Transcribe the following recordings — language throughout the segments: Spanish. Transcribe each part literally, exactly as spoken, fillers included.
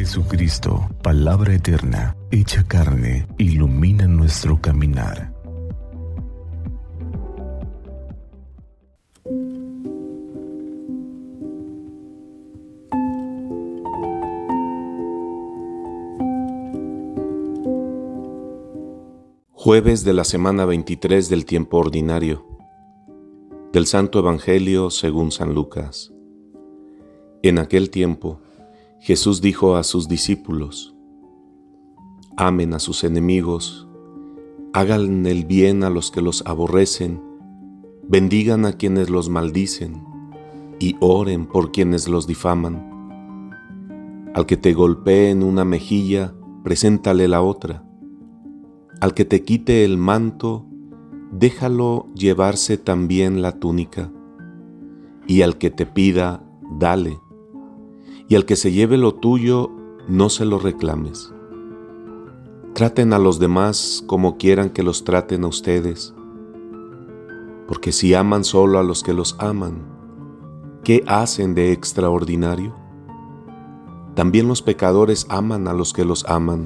Jesucristo, palabra eterna, hecha carne, ilumina nuestro caminar. Jueves de la semana veintitrés del tiempo ordinario. Del Santo Evangelio según San Lucas. En aquel tiempo, Jesús dijo a sus discípulos: amen a sus enemigos, hagan el bien a los que los aborrecen, bendigan a quienes los maldicen y oren por quienes los difaman. Al que te golpee en una mejilla, preséntale la otra. Al que te quite el manto, déjalo llevarse también la túnica. Y al que te pida, dale. Y al que se lleve lo tuyo, no se lo reclames. Traten a los demás como quieran que los traten a ustedes. Porque si aman solo a los que los aman, ¿qué hacen de extraordinario? También los pecadores aman a los que los aman.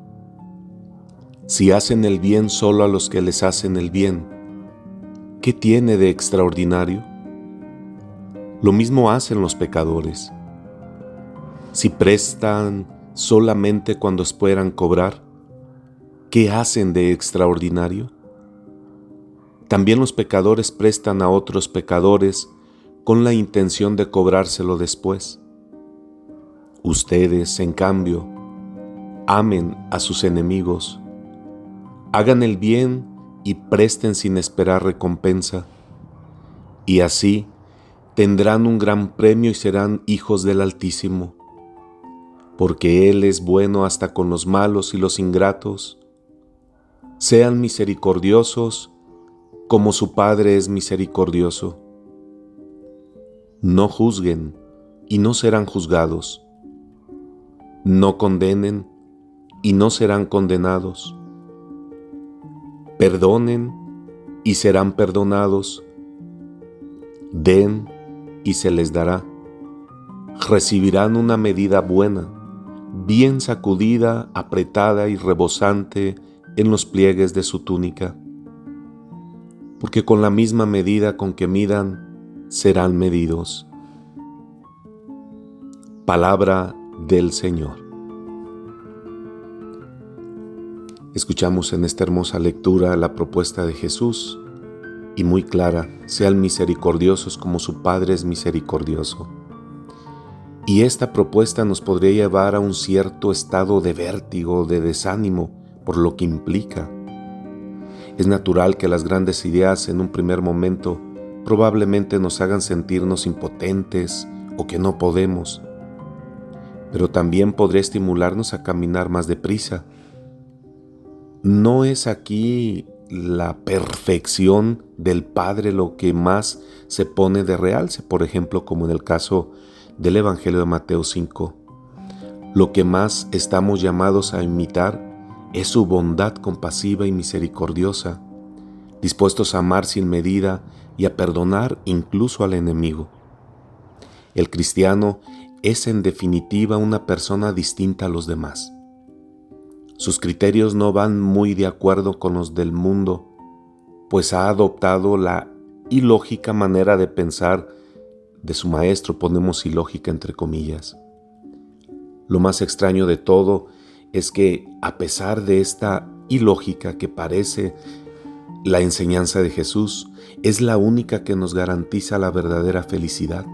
Si hacen el bien solo a los que les hacen el bien, ¿qué tiene de extraordinario? Lo mismo hacen los pecadores. Si prestan solamente cuando esperan cobrar, ¿qué hacen de extraordinario? También los pecadores prestan a otros pecadores con la intención de cobrárselo después. Ustedes, en cambio, amen a sus enemigos. Hagan el bien y presten sin esperar recompensa, y así tendrán un gran premio y serán hijos del Altísimo, porque Él es bueno hasta con los malos y los ingratos. Sean misericordiosos como su Padre es misericordioso. No juzguen y no serán juzgados. No condenen y no serán condenados. Perdonen y serán perdonados. Den y se les dará. Recibirán una medida buena, bien sacudida, apretada y rebosante en los pliegues de su túnica. Porque con la misma medida con que midan, serán medidos. Palabra del Señor. Escuchamos en esta hermosa lectura la propuesta de Jesús, y muy clara: sean misericordiosos como su Padre es misericordioso. Y esta propuesta nos podría llevar a un cierto estado de vértigo, de desánimo, por lo que implica. Es natural que las grandes ideas en un primer momento probablemente nos hagan sentirnos impotentes o que no podemos, pero también podría estimularnos a caminar más deprisa. ¿No es aquí la perfección del Padre lo que más se pone de realce? Por ejemplo, como en el caso del Evangelio de Mateo cinco. Lo que más estamos llamados a imitar es su bondad compasiva y misericordiosa, dispuestos a amar sin medida y a perdonar incluso al enemigo. El cristiano es en definitiva una persona distinta a los demás. Sus criterios no van muy de acuerdo con los del mundo, pues ha adoptado la ilógica manera de pensar de su maestro, ponemos ilógica entre comillas. Lo más extraño de todo es que, a pesar de esta ilógica que parece la enseñanza de Jesús, es la única que nos garantiza la verdadera felicidad.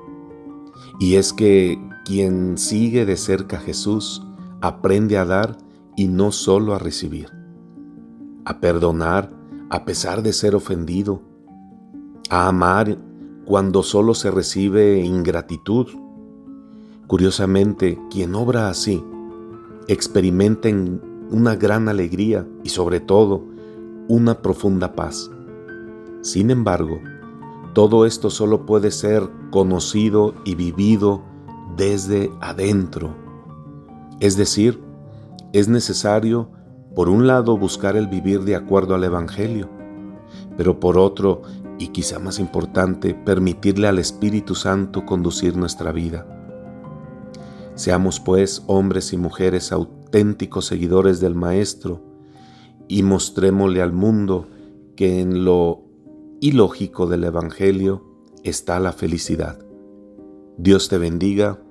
Y es que quien sigue de cerca a Jesús aprende a dar y no solo a recibir, a perdonar a pesar de ser ofendido, a amar cuando solo se recibe ingratitud. Curiosamente, quien obra así experimenta una gran alegría y sobre todo una profunda paz. Sin embargo, todo esto solo puede ser conocido y vivido desde adentro. Es decir, es necesario, por un lado, buscar el vivir de acuerdo al Evangelio, pero por otro, y quizá más importante, permitirle al Espíritu Santo conducir nuestra vida. Seamos pues hombres y mujeres auténticos seguidores del Maestro y mostrémosle al mundo que en lo ilógico del Evangelio está la felicidad. Dios te bendiga